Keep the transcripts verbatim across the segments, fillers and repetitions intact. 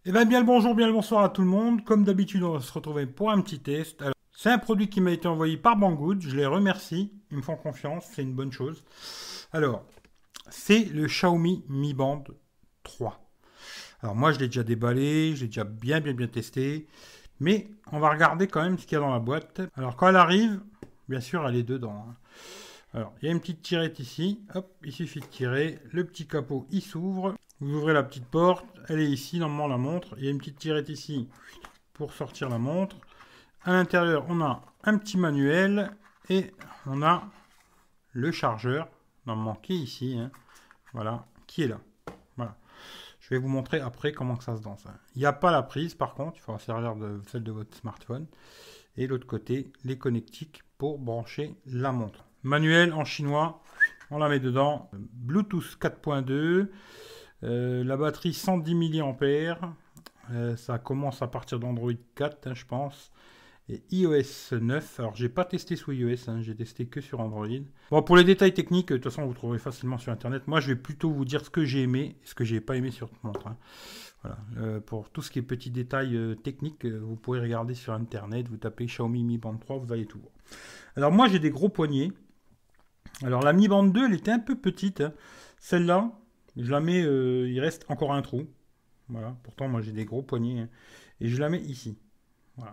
Eh bien, bien le bonjour, bien le bonsoir à tout le monde. Comme d'habitude, on va se retrouver pour un petit test. Alors, c'est un produit qui m'a été envoyé par Banggood. Je les remercie. Ils me font confiance. C'est une bonne chose. Alors, c'est le Xiaomi Mi Band trois. Alors, moi, je l'ai déjà déballé. Je l'ai déjà bien, bien, bien testé. Mais on va regarder quand même ce qu'il y a dans la boîte. Alors, quand elle arrive, bien sûr, elle est dedans, hein. Alors, il y a une petite tirette ici. Hop, il suffit de tirer. Le petit capot, il s'ouvre. Vous ouvrez la petite porte. Elle est ici, normalement, la montre. Il y a une petite tirette ici pour sortir la montre. À l'intérieur, on a un petit manuel. Et on a le chargeur, normalement, qui est ici. Hein. Voilà, qui est là. Voilà. Je vais vous montrer après comment que ça se danse. Il n'y a pas la prise, par contre. Il faudra servir de celle de votre smartphone. Et l'autre côté, les connectiques pour brancher la montre. Manuel en chinois, on la met dedans. Bluetooth quatre point deux, euh, la batterie cent dix milliampères, euh, ça commence à partir d'Android quatre, hein, je pense. Et iOS neuf, alors j'ai pas testé sous iOS, hein, j'ai testé que sur Android. Bon, pour les détails techniques, de toute façon vous trouverez facilement sur internet. Moi je vais plutôt vous dire ce que j'ai aimé et ce que j'ai pas aimé sur cette montre. Hein. Voilà. Euh, pour tout ce qui est petits détails euh, techniques, euh, vous pourrez regarder sur internet, vous tapez Xiaomi Mi Band trois, vous allez tout voir. Alors moi j'ai des gros poignets. Alors la Mi Band deux, elle était un peu petite. Hein. Celle-là, je la mets, euh, il reste encore un trou. Voilà. Pourtant moi j'ai des gros poignets. Hein. Et je la mets ici. Voilà.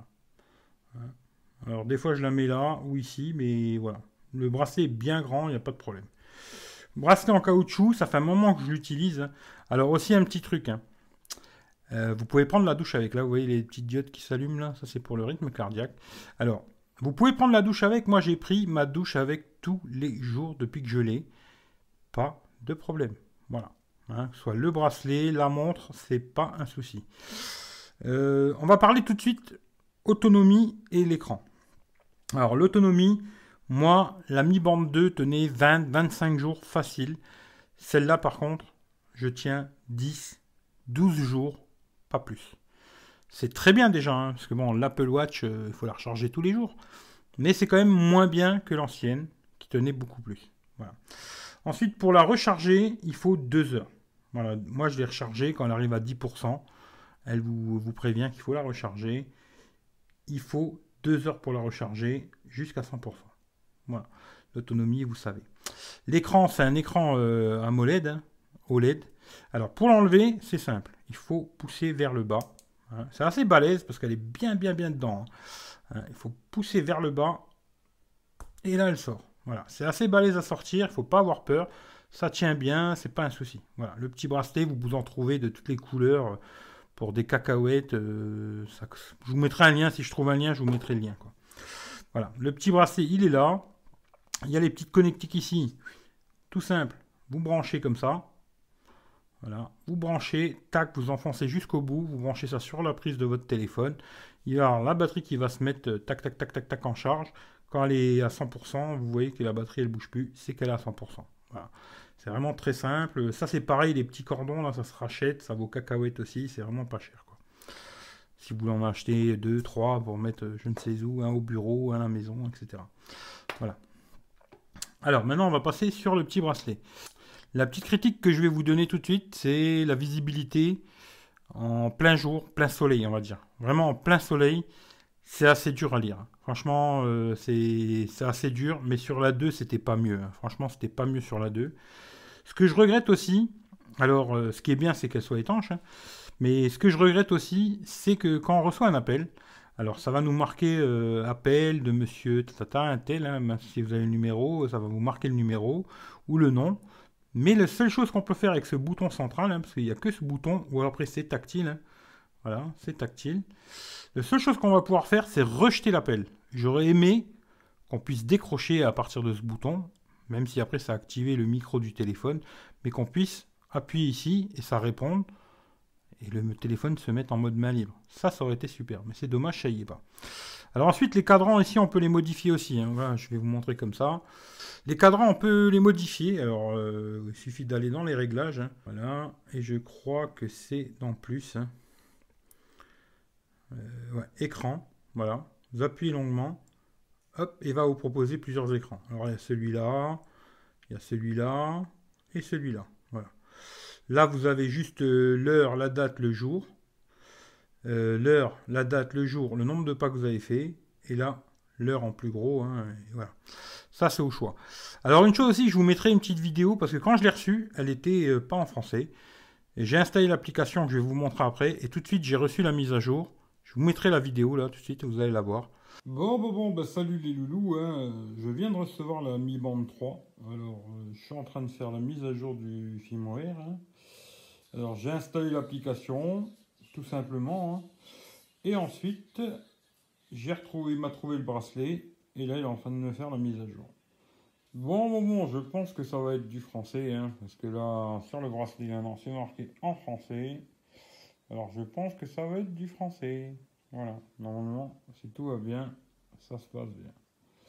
Alors des fois je la mets là ou ici, mais voilà. Le bracelet est bien grand, il n'y a pas de problème. Bracelet en caoutchouc, ça fait un moment que je l'utilise. Alors aussi un petit truc. Hein. Euh, vous pouvez prendre la douche avec. Là, vous voyez les petites diodes qui s'allument là. Ça c'est pour le rythme cardiaque. Alors, vous pouvez prendre la douche avec. Moi j'ai pris ma douche avec tous les jours depuis que je l'ai. Pas de problème. Voilà. Hein, soit le bracelet, la montre, c'est pas un souci. Euh, on va parler tout de suite autonomie et l'écran. Alors l'autonomie, moi, la Mi Band deux tenait vingt à vingt-cinq jours facile. Celle-là, par contre, je tiens dix, douze jours, pas plus. C'est très bien déjà, hein, parce que bon, l'Apple Watch, il euh, faut la recharger tous les jours. Mais c'est quand même moins bien que l'ancienne, qui tenait beaucoup plus. Voilà. Ensuite, pour la recharger, il faut deux heures. Voilà. Moi, je l'ai rechargée quand elle arrive à dix pour cent. Elle vous, vous prévient qu'il faut la recharger. Il faut deux heures pour la recharger jusqu'à cent pour cent. Voilà. L'autonomie, vous savez. L'écran, c'est un écran euh, AMOLED, hein, O L E D. Alors, pour l'enlever, c'est simple. Il faut pousser vers le bas. Hein. C'est assez balèze parce qu'elle est bien, bien, bien dedans. Hein. Il faut pousser vers le bas. Et là, elle sort. Voilà. C'est assez balèze à sortir. Il ne faut pas avoir peur. Ça tient bien. C'est pas un souci. Voilà. Le petit bracelet, vous vous en trouvez de toutes les couleurs. Pour des cacahuètes, euh, ça, je vous mettrai un lien. Si je trouve un lien, je vous mettrai le lien. Quoi. Voilà. Le petit bracelet, il est là. Il y a les petites connectiques ici. Tout simple. Vous branchez comme ça. Voilà. Vous branchez, tac, vous enfoncez jusqu'au bout. Vous branchez ça sur la prise de votre téléphone. Il y a la batterie qui va se mettre tac, tac, tac, tac, tac en charge. Quand elle est à cent pour cent, vous voyez que la batterie, elle bouge plus. C'est qu'elle est à cent pour cent. Voilà. C'est vraiment très simple. Ça, c'est pareil, les petits cordons, là, ça se rachète. Ça vaut cacahuète aussi. C'est vraiment pas cher, quoi. Si vous voulez en acheter deux, trois pour mettre je ne sais où, un au bureau, un à la maison, et cetera. Voilà. Alors, maintenant, on va passer sur le petit bracelet. La petite critique que je vais vous donner tout de suite, c'est la visibilité en plein jour, plein soleil, on va dire. Vraiment en plein soleil, c'est assez dur à lire. Franchement, euh, c'est assez dur, mais sur la deux, c'était pas mieux. Franchement, c'était pas mieux sur la deux. Ce que je regrette aussi, alors euh, ce qui est bien, c'est qu'elle soit étanche, hein, mais ce que je regrette aussi, c'est que quand on reçoit un appel, alors ça va nous marquer euh, appel de monsieur tata, un tel, hein, même si vous avez le numéro, ça va vous marquer le numéro ou le nom. Mais la seule chose qu'on peut faire avec ce bouton central, hein, parce qu'il n'y a que ce bouton, ou après c'est tactile, hein, voilà, c'est tactile. La seule chose qu'on va pouvoir faire, c'est rejeter l'appel. J'aurais aimé qu'on puisse décrocher à partir de ce bouton, même si après ça a activé le micro du téléphone, mais qu'on puisse appuyer ici et ça réponde, et le téléphone se mette en mode main libre. Ça, ça aurait été super, mais c'est dommage, ça y est pas. Alors ensuite, les cadrans ici, on peut les modifier aussi. Hein. Voilà, je vais vous montrer comme ça. Les cadrans, on peut les modifier. Alors, euh, il suffit d'aller dans les réglages. Hein. Voilà, et je crois que c'est dans plus. Hein. Euh, ouais, écran, voilà. Vous appuyez longuement. Hop, et va vous proposer plusieurs écrans. Alors, il y a celui-là, il y a celui-là, et celui-là. Voilà. Là, vous avez juste euh, l'heure, la date, le jour. euh, l'heure, la date, le jour, le nombre de pas que vous avez fait, et là, l'heure en plus gros, hein, et voilà. Ça, c'est au choix. Alors, une chose aussi, je vous mettrai une petite vidéo, parce que quand je l'ai reçue, elle était euh, pas en français. Et j'ai installé l'application que je vais vous montrer après, et tout de suite, j'ai reçu la mise à jour. Je vous mettrai la vidéo, là, tout de suite, vous allez la voir. Bon, bon, bon, bah salut les loulous, hein. Je viens de recevoir la Mi Band trois. Alors, euh, je suis en train de faire la mise à jour du firmware, hein. Alors, j'ai installé l'application, tout simplement, hein. Et ensuite, j'ai retrouvé, il m'a trouvé le bracelet, et là, il est en train de me faire la mise à jour. Bon, bon, bon, je pense que ça va être du français, hein, parce que là, sur le bracelet, là, c'est marqué en français. Alors, je pense que ça va être du français. Voilà, normalement, si tout va bien, ça se passe bien.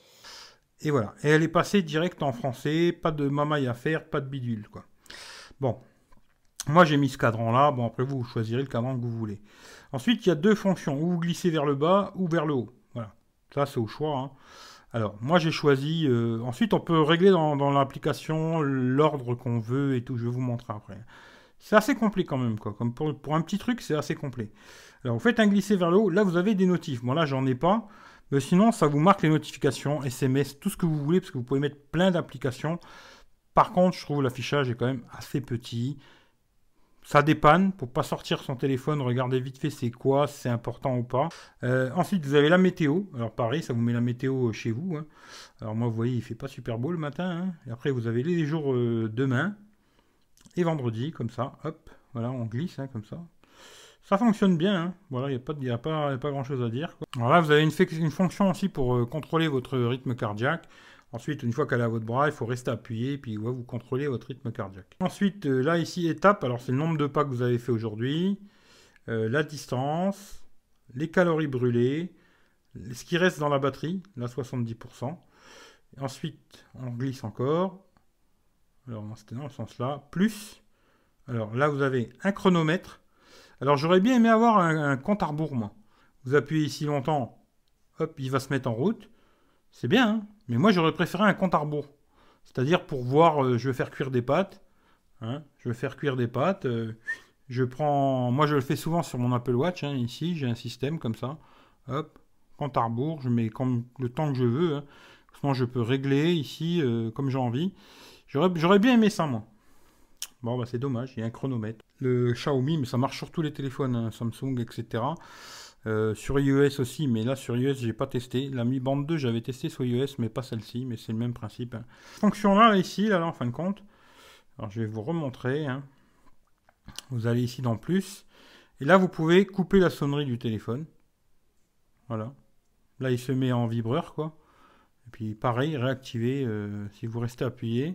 Et voilà, et elle est passée direct en français, pas de mamaille à faire, pas de bidule, quoi. Bon, moi j'ai mis ce cadran-là, bon après vous, vous choisirez le cadran que vous voulez. Ensuite, il y a deux fonctions, ou vous glissez vers le bas, ou vers le haut. Voilà, ça c'est au choix, hein. Alors, moi j'ai choisi, euh, ensuite on peut régler dans, dans l'application l'ordre qu'on veut et tout, je vais vous montrer après. C'est assez complet quand même, quoi. Comme pour, pour un petit truc, c'est assez complet. Alors, vous faites un glisser vers le haut. Là, vous avez des notifs. Bon, là, j'en ai pas. Mais sinon, ça vous marque les notifications, S M S, tout ce que vous voulez, parce que vous pouvez mettre plein d'applications. Par contre, je trouve l'affichage est quand même assez petit. Ça dépanne pour pas sortir son téléphone, regarder vite fait c'est quoi, si c'est important ou pas. Euh, ensuite, vous avez la météo. Alors, pareil, ça vous met la météo chez vous, hein. Alors, moi, vous voyez, il fait pas super beau le matin, hein. Et après, vous avez les jours euh, demain. Et vendredi, comme ça, hop, voilà, on glisse, hein, comme ça. Ça fonctionne bien, hein. Voilà, il n'y a pas, y a pas, y a pas grand chose à dire, quoi. Alors là, vous avez une, une fonction aussi pour euh, contrôler votre rythme cardiaque. Ensuite, une fois qu'elle est à votre bras, il faut rester appuyé, puis ouais, vous contrôlez votre rythme cardiaque. Ensuite, euh, là, ici, étape, alors c'est le nombre de pas que vous avez fait aujourd'hui, euh, la distance, les calories brûlées, ce qui reste dans la batterie, là, soixante-dix pour cent. Ensuite, on glisse encore. Alors, c'était dans ce sens-là. Plus, alors là, vous avez un chronomètre. Alors, j'aurais bien aimé avoir un, un compte à rebours, moi. Vous appuyez ici longtemps, hop, il va se mettre en route. C'est bien, hein, mais moi, j'aurais préféré un compte à rebours. C'est-à-dire pour voir, euh, je vais faire cuire des pâtes. Hein, je vais faire cuire des pâtes. Euh, je prends, moi, je le fais souvent sur mon Apple Watch. Hein, ici, j'ai un système comme ça. Hop, compte à rebours. Je mets comme le temps que je veux. Hein. Sinon, je peux régler ici euh, comme j'ai envie. J'aurais bien aimé ça, moi. Bon, bah c'est dommage, il y a un chronomètre. Le Xiaomi, mais ça marche sur tous les téléphones, hein, Samsung, et cetera. Euh, sur iOS aussi, mais là, sur iOS, j'ai pas testé. La Mi Band deux, j'avais testé sur iOS, mais pas celle-ci, mais c'est le même principe. Hein. Fonction-là, ici, là, là, en fin de compte. Alors, je vais vous remontrer. Hein. Vous allez ici dans Plus. Et là, vous pouvez couper la sonnerie du téléphone. Voilà. Là, il se met en vibreur, quoi. Et puis, pareil, réactiver, euh, si vous restez appuyé.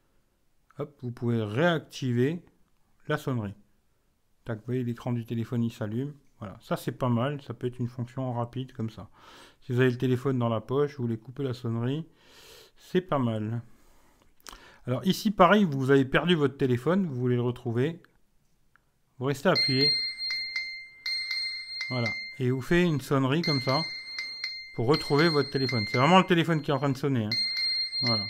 Hop, vous pouvez réactiver la sonnerie. Tac, vous voyez, l'écran du téléphone, il s'allume. Voilà, ça c'est pas mal, ça peut être une fonction rapide comme ça. Si vous avez le téléphone dans la poche, vous voulez couper la sonnerie, c'est pas mal. Alors ici, pareil, vous avez perdu votre téléphone, vous voulez le retrouver. Vous restez appuyé. Voilà, et vous faites une sonnerie comme ça pour retrouver votre téléphone. C'est vraiment le téléphone qui est en train de sonner. Hein. Voilà.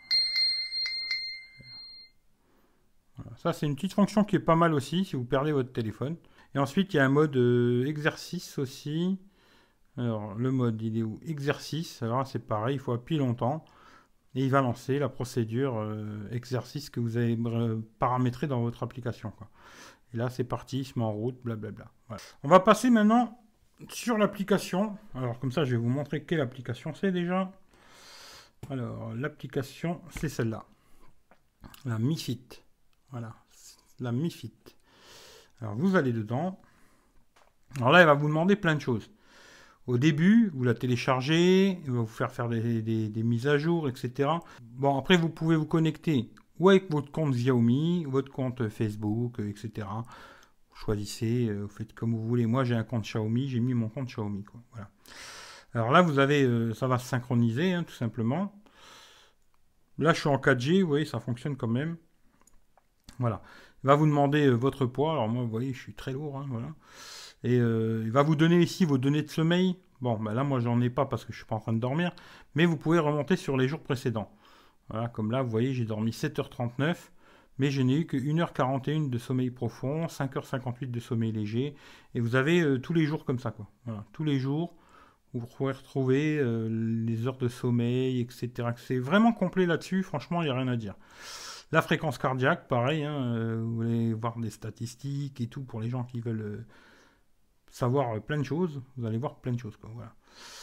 Voilà. Ça, c'est une petite fonction qui est pas mal aussi si vous perdez votre téléphone. Et ensuite, il y a un mode euh, exercice aussi. Alors, le mode, il est où? Exercice. Alors là, c'est pareil, il faut appuyer longtemps. Et il va lancer la procédure euh, exercice que vous avez euh, paramétré dans votre application, quoi. Et là, c'est parti, il se met en route, blablabla. Voilà. On va passer maintenant sur l'application. Alors, comme ça, je vais vous montrer quelle application c'est déjà. Alors, l'application, c'est celle-là. La Mi Fit. Voilà, la Mi Fit. Alors, vous allez dedans. Alors là, elle va vous demander plein de choses. Au début, vous la téléchargez, elle va vous faire faire des, des, des mises à jour, et cetera. Bon, après, vous pouvez vous connecter ou avec votre compte Xiaomi, votre compte Facebook, et cetera. Vous choisissez, vous faites comme vous voulez. Moi, j'ai un compte Xiaomi, j'ai mis mon compte Xiaomi, quoi. Voilà. Alors là, vous avez, euh, ça va se synchroniser, hein, tout simplement. Là, je suis en quatre G, vous voyez, ça fonctionne quand même. Voilà. Il va vous demander euh, votre poids. Alors moi, vous voyez, je suis très lourd, hein, voilà. Et euh, il va vous donner ici vos données de sommeil. Bon, ben là, moi, j'en ai pas parce que je suis pas en train de dormir. Mais vous pouvez remonter sur les jours précédents. Voilà, comme là, vous voyez, j'ai dormi sept heures trente-neuf. mais je n'ai eu que une heure quarante et une de sommeil profond, cinq heures cinquante-huit de sommeil léger, et vous avez euh, tous les jours comme ça, quoi. Voilà, tous les jours, vous pourrez retrouver euh, les heures de sommeil, et cetera. C'est vraiment complet là-dessus, franchement, il n'y a rien à dire. La fréquence cardiaque, pareil, hein, euh, vous allez voir des statistiques et tout pour les gens qui veulent euh, savoir euh, plein de choses, vous allez voir plein de choses, quoi, voilà.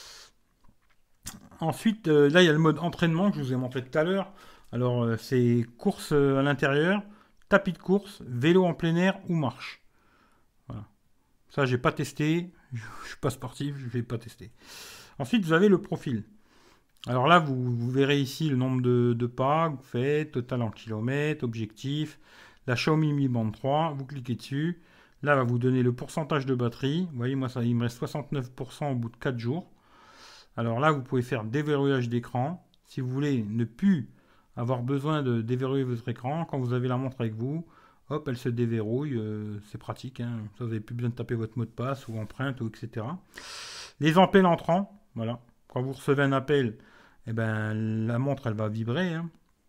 Ensuite, euh, là, il y a le mode entraînement que je vous ai montré tout à l'heure. Alors, euh, c'est course euh, à l'intérieur, tapis de course, vélo en plein air ou marche. Voilà. Ça, j'ai pas testé. Je, je suis pas sportif, je vais pas tester. Ensuite, vous avez le profil. Alors là, vous, vous verrez ici le nombre de, de pas que vous faites, total en kilomètres, objectif, la Xiaomi Mi Band trois. Vous cliquez dessus. Là, va vous donner le pourcentage de batterie. Vous voyez, moi, ça, il me reste soixante-neuf pour cent au bout de quatre jours. Alors là, vous pouvez faire déverrouillage d'écran. Si vous voulez ne plus avoir besoin de déverrouiller votre écran, quand vous avez la montre avec vous, hop, elle se déverrouille. Euh, c'est pratique, hein. Ça, vous n'avez plus besoin de taper votre mot de passe ou empreinte, ou et cetera. Les appels entrants, voilà. Quand vous recevez un appel, eh ben, la montre, elle va vibrer, hein.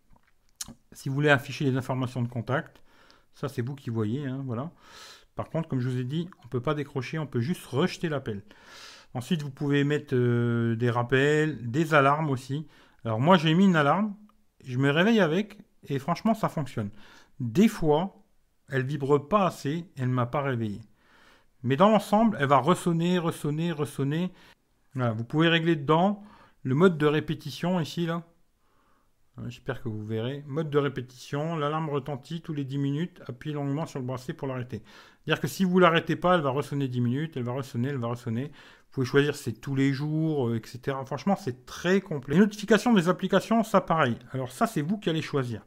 Si vous voulez afficher les informations de contact, ça, c'est vous qui voyez, hein, voilà. Par contre, comme je vous ai dit, on ne peut pas décrocher, on peut juste rejeter l'appel. Ensuite, vous pouvez mettre euh, des rappels, des alarmes aussi. Alors moi, j'ai mis une alarme, je me réveille avec, et franchement, ça fonctionne. Des fois, elle vibre pas assez, elle ne m'a pas réveillé. Mais dans l'ensemble, elle va ressonner, ressonner, ressonner. Voilà, vous pouvez régler dedans le mode de répétition ici, là. J'espère que vous verrez. Mode de répétition, l'alarme retentit tous les dix minutes, appuyez longuement sur le bracelet pour l'arrêter. C'est-à-dire que si vous ne l'arrêtez pas, elle va ressonner dix minutes, elle va ressonner, elle va ressonner. Vous pouvez choisir c'est tous les jours, euh, et cetera. Franchement, c'est très complet. Les notifications des applications, ça pareil. Alors ça, c'est vous qui allez choisir.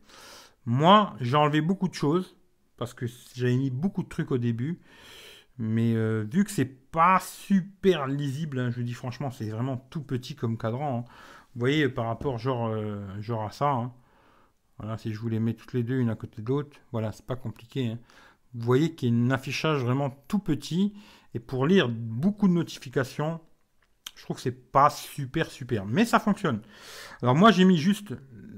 Moi, j'ai enlevé beaucoup de choses, parce que j'avais mis beaucoup de trucs au début. Mais euh, vu que c'est pas super lisible, hein, je vous dis franchement, c'est vraiment tout petit comme cadran, hein. Vous voyez, par rapport genre, euh, genre à ça, hein. Voilà, si je vous les mets toutes les deux, une à côté de l'autre, voilà, c'est pas compliqué, hein. Vous voyez qu'il y a un affichage vraiment tout petit, et pour lire beaucoup de notifications, je trouve que c'est pas super super, mais ça fonctionne. Alors moi, j'ai mis juste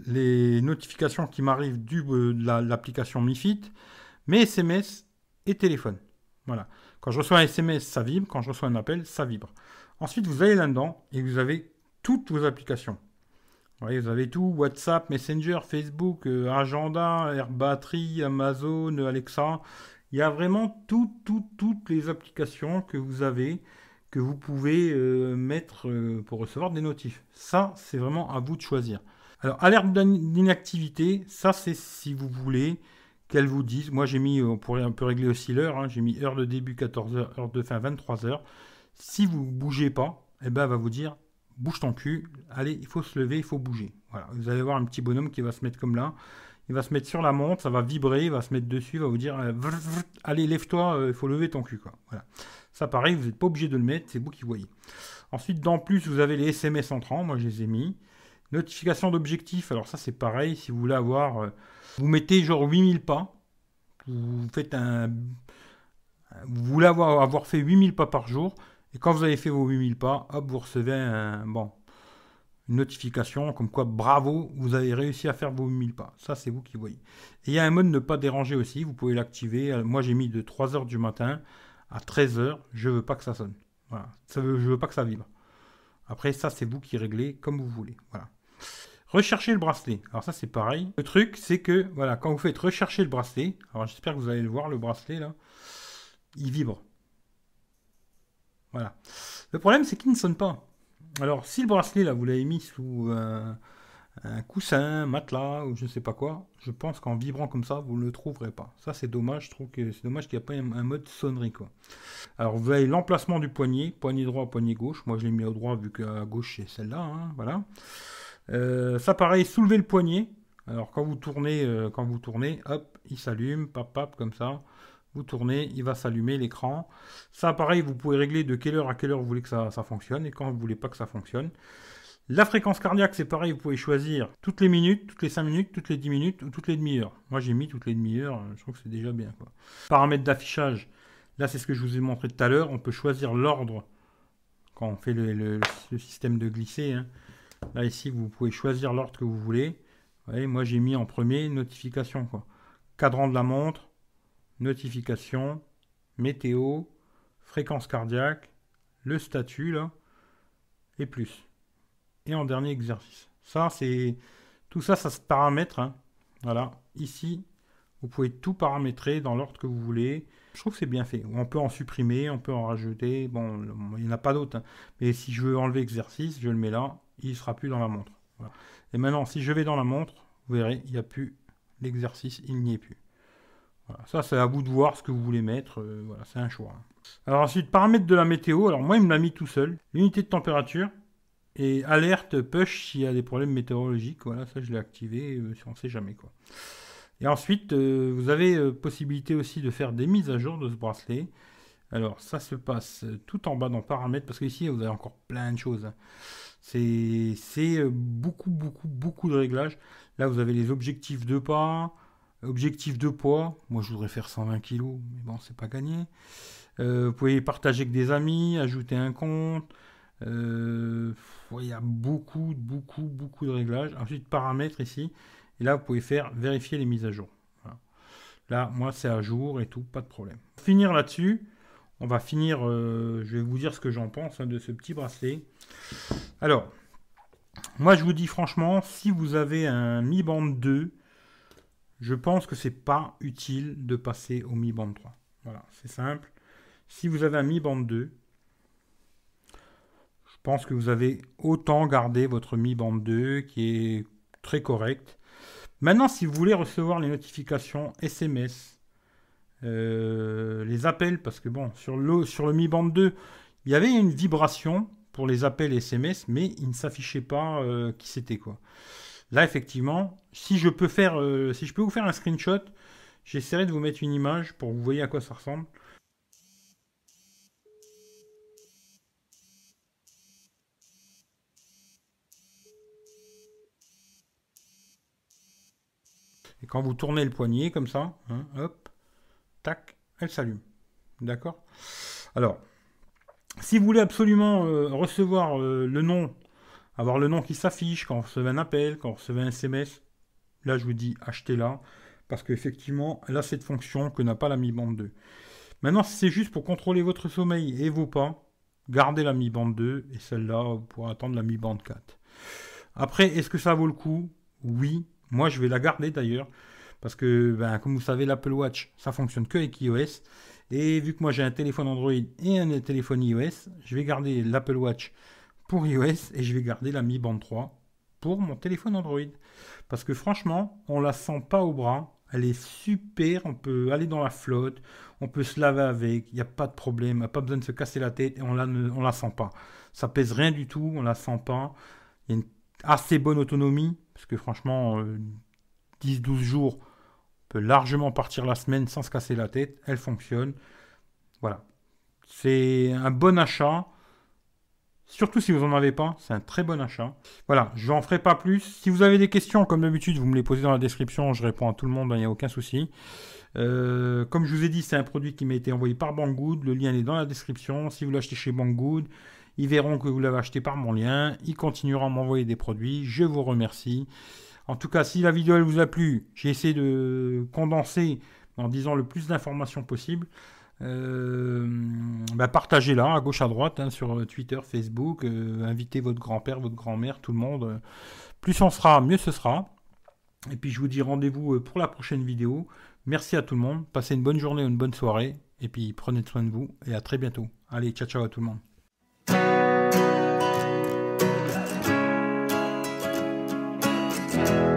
les notifications qui m'arrivent du, euh, de la- l'application Mi Fit, mes S M S et téléphone. Voilà. Quand je reçois un S M S, ça vibre. Quand je reçois un appel, ça vibre. Ensuite, vous allez là-dedans et vous avez toutes vos applications. Vous voyez, vous avez tout, WhatsApp, Messenger, Facebook, euh, Agenda, Air Battery, Amazon, Alexa. Il y a vraiment tout, tout, toutes les applications que vous avez, que vous pouvez euh, mettre euh, pour recevoir des notifs. Ça, c'est vraiment à vous de choisir. Alors, alerte d'inactivité, ça, c'est si vous voulez qu'elle vous dise. Moi, j'ai mis, on pourrait un peu régler aussi l'heure, hein, j'ai mis heure de début quatorze heures, heure de fin vingt-trois heures. Si vous ne bougez pas, eh ben, elle va vous dire bouge ton cul, allez, il faut se lever, il faut bouger. Voilà, vous allez voir un petit bonhomme qui va se mettre comme là, il va se mettre sur la montre, ça va vibrer, il va se mettre dessus, il va vous dire euh, vrr, vrr, allez, lève-toi, il euh, faut lever ton cul, quoi. Voilà. Ça, pareil, vous n'êtes pas obligé de le mettre, c'est vous qui voyez. Ensuite, dans plus, vous avez les S M S entrants, moi je les ai mis. Notification d'objectifs, alors ça c'est pareil, si vous voulez avoir, euh, vous mettez genre huit mille pas, vous faites un, vous voulez avoir, avoir fait huit mille pas par jour, et quand vous avez fait vos huit mille pas, hop, vous recevez un, bon, une notification comme quoi bravo, vous avez réussi à faire vos huit mille pas. Ça, c'est vous qui voyez. Et il y a un mode ne pas déranger aussi, vous pouvez l'activer. Moi, j'ai mis de trois heures du matin à treize heures, je veux pas que ça sonne. Voilà, ça veut, je veux pas que ça vibre. Après, ça, c'est vous qui réglez comme vous voulez. Voilà. Rechercher le bracelet. Alors ça, c'est pareil. Le truc, c'est que, voilà, quand vous faites rechercher le bracelet, alors j'espère que vous allez le voir, le bracelet, là, il vibre. Voilà. Le problème, c'est qu'il ne sonne pas. Alors, si le bracelet, là, vous l'avez mis sous euh, un coussin, un matelas, ou je ne sais pas quoi, je pense qu'en vibrant comme ça, vous ne le trouverez pas. Ça, c'est dommage. Je trouve que c'est dommage qu'il n'y ait pas un, un mode sonnerie, quoi. Alors, vous avez l'emplacement du poignet, poignet droit, poignet gauche. Moi, je l'ai mis au droit, vu qu'à gauche, c'est celle-là, hein, voilà. Euh, ça, pareil, soulevez le poignet. Alors, quand vous tournez, euh, quand vous tournez, hop, il s'allume, pap, pap, comme ça. Vous tournez, il va s'allumer l'écran. Ça, pareil, vous pouvez régler de quelle heure à quelle heure vous voulez que ça, ça fonctionne et quand vous ne voulez pas que ça fonctionne. La fréquence cardiaque, c'est pareil, vous pouvez choisir toutes les minutes, toutes les cinq minutes, toutes les dix minutes ou toutes les demi-heures. Moi, j'ai mis toutes les demi-heures, je trouve que c'est déjà bien, quoi. Paramètres d'affichage, là, c'est ce que je vous ai montré tout à l'heure. On peut choisir l'ordre quand on fait le, le, le système de glisser, hein. Là, ici, vous pouvez choisir l'ordre que vous voulez. Vous voyez, moi, j'ai mis en premier notification, quoi. cadran de la montre, notification, météo, fréquence cardiaque, le statut là, et plus. Et en dernier exercice. Ça, c'est tout ça, ça se paramètre. Hein. Voilà, ici, vous pouvez tout paramétrer dans l'ordre que vous voulez. Je trouve que c'est bien fait. On peut en supprimer, on peut en rajouter. Bon, il n'y en a pas d'autres. Hein. Mais si je veux enlever exercice, je le mets là, il ne sera plus dans la montre. Voilà. Et maintenant, si je vais dans la montre, vous verrez, il n'y a plus l'exercice, il n'y est plus. Voilà. Ça, c'est à vous de voir ce que vous voulez mettre. Euh, voilà, c'est un choix. Hein. Alors ensuite, paramètres de la météo. Alors moi, il me l'a mis tout seul. L'unité de température. Et alerte push s'il y a des problèmes météorologiques. Voilà, ça je l'ai activé, euh, si on ne sait jamais quoi. Et ensuite, euh, vous avez euh, possibilité aussi de faire des mises à jour de ce bracelet. Alors, ça se passe tout en bas dans paramètres, parce qu'ici, vous avez encore plein de choses. Hein. C'est c'est beaucoup, beaucoup, beaucoup de réglages. Là, vous avez les objectifs de pas, objectifs de poids. Moi, je voudrais faire cent vingt kilos, mais bon, c'est pas gagné. Euh, vous pouvez partager avec des amis, ajouter un compte. Euh, il y a beaucoup, beaucoup, beaucoup de réglages. Ensuite, paramètres ici. Et là, vous pouvez faire vérifier les mises à jour. Voilà. Là, moi, c'est à jour et tout, pas de problème. Pour finir là-dessus, on va finir, euh, je vais vous dire ce que j'en pense hein, de ce petit bracelet. Alors, moi, je vous dis franchement, si vous avez un Mi Band deux, je pense que c'est pas utile de passer au Mi Band trois. Voilà, c'est simple. Si vous avez un Mi Band deux, je pense que vous avez autant gardé votre Mi Band deux qui est très correct. Maintenant, si vous voulez recevoir les notifications S M S, euh, les appels, parce que bon, sur le, sur le Mi Band deux, il y avait une vibration pour les appels S M S, mais il ne s'affichait pas euh, qui c'était quoi. Là, effectivement, si je peux faire, euh, si je peux vous faire un screenshot, j'essaierai de vous mettre une image pour que vous voyez à quoi ça ressemble. Et quand vous tournez le poignet comme ça, hein, hop, tac, elle s'allume. D'accord? Alors, si vous voulez absolument euh, recevoir euh, le nom, avoir le nom qui s'affiche quand vous recevez un appel, quand vous recevez un S M S, là je vous dis achetez-la, parce qu'effectivement, elle a cette fonction que n'a pas la Mi Band deux. Maintenant, si c'est juste pour contrôler votre sommeil et vos pas, gardez la Mi Band deux, et celle-là, vous pourrez attendre la Mi Band quatre. Après, est-ce que ça vaut le coup? Oui. Moi, je vais la garder d'ailleurs, parce que, ben, comme vous savez, l'Apple Watch, ça fonctionne que avec iOS. Et vu que moi, j'ai un téléphone Android et un téléphone iOS, je vais garder l'Apple Watch pour iOS et je vais garder la Mi Band trois pour mon téléphone Android. Parce que franchement, on la sent pas au bras. Elle est super, on peut aller dans la flotte, on peut se laver avec, il n'y a pas de problème, il n'y a pas besoin de se casser la tête et on la, on la sent pas. Ça pèse rien du tout, on la sent pas. Il y a une assez bonne autonomie, parce que franchement, euh, dix douze jours, on peut largement partir la semaine sans se casser la tête. Elle fonctionne. Voilà. C'est un bon achat. Surtout si vous n'en avez pas, c'est un très bon achat. Voilà, je n'en ferai pas plus. Si vous avez des questions, comme d'habitude, vous me les posez dans la description. Je réponds à tout le monde, il n'y a aucun souci. Euh, comme je vous ai dit, c'est un produit qui m'a été envoyé par Banggood. Le lien est dans la description. Si vous l'achetez chez Banggood, ils verront que vous l'avez acheté par mon lien. Ils continueront à m'envoyer des produits. Je vous remercie. En tout cas, si la vidéo elle vous a plu, j'ai essayé de condenser en disant le plus d'informations possible. Euh, bah partagez-la à gauche à droite hein, sur Twitter, Facebook. Euh, invitez votre grand-père, votre grand-mère, tout le monde. Plus on sera, mieux ce sera. Et puis je vous dis rendez-vous pour la prochaine vidéo. Merci à tout le monde. Passez une bonne journée ou une bonne soirée. Et puis prenez soin de vous. Et à très bientôt. Allez, ciao ciao à tout le monde. Thank you.